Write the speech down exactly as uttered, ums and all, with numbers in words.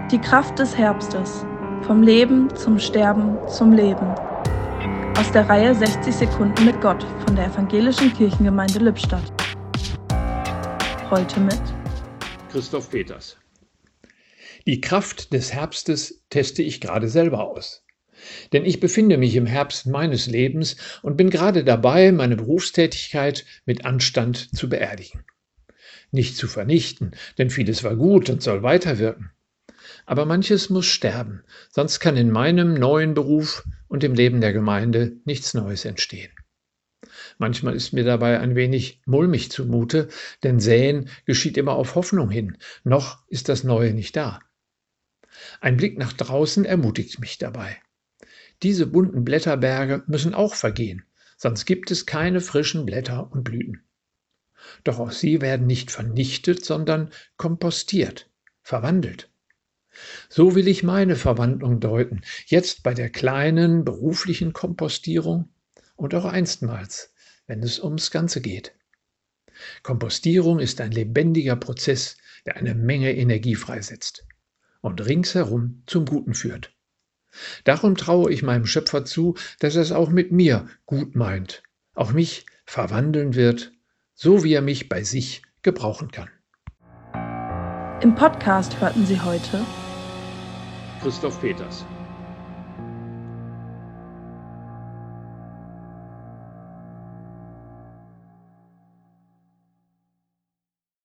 Die Kraft des Herbstes. Vom Leben zum Sterben zum Leben. Aus der Reihe sechzig Sekunden mit Gott von der Evangelischen Kirchengemeinde Lippstadt. Heute mit Christoph Peters. Die Kraft des Herbstes teste ich gerade selber aus. Denn ich befinde mich im Herbst meines Lebens und bin gerade dabei, meine Berufstätigkeit mit Anstand zu beerdigen. Nicht zu vernichten, denn vieles war gut und soll weiterwirken. Aber manches muss sterben, sonst kann in meinem neuen Beruf und im Leben der Gemeinde nichts Neues entstehen. Manchmal ist mir dabei ein wenig mulmig zumute, denn Säen geschieht immer auf Hoffnung hin. Noch ist das Neue nicht da. Ein Blick nach draußen ermutigt mich dabei. Diese bunten Blätterberge müssen auch vergehen, sonst gibt es keine frischen Blätter und Blüten. Doch auch sie werden nicht vernichtet, sondern kompostiert, verwandelt. So will ich meine Verwandlung deuten, jetzt bei der kleinen beruflichen Kompostierung und auch einstmals, wenn es ums Ganze geht. Kompostierung ist ein lebendiger Prozess, der eine Menge Energie freisetzt und ringsherum zum Guten führt. Darum traue ich meinem Schöpfer zu, dass er es auch mit mir gut meint, auch mich verwandeln wird, so wie er mich bei sich gebrauchen kann. Im Podcast hörten Sie heute Christoph Peters.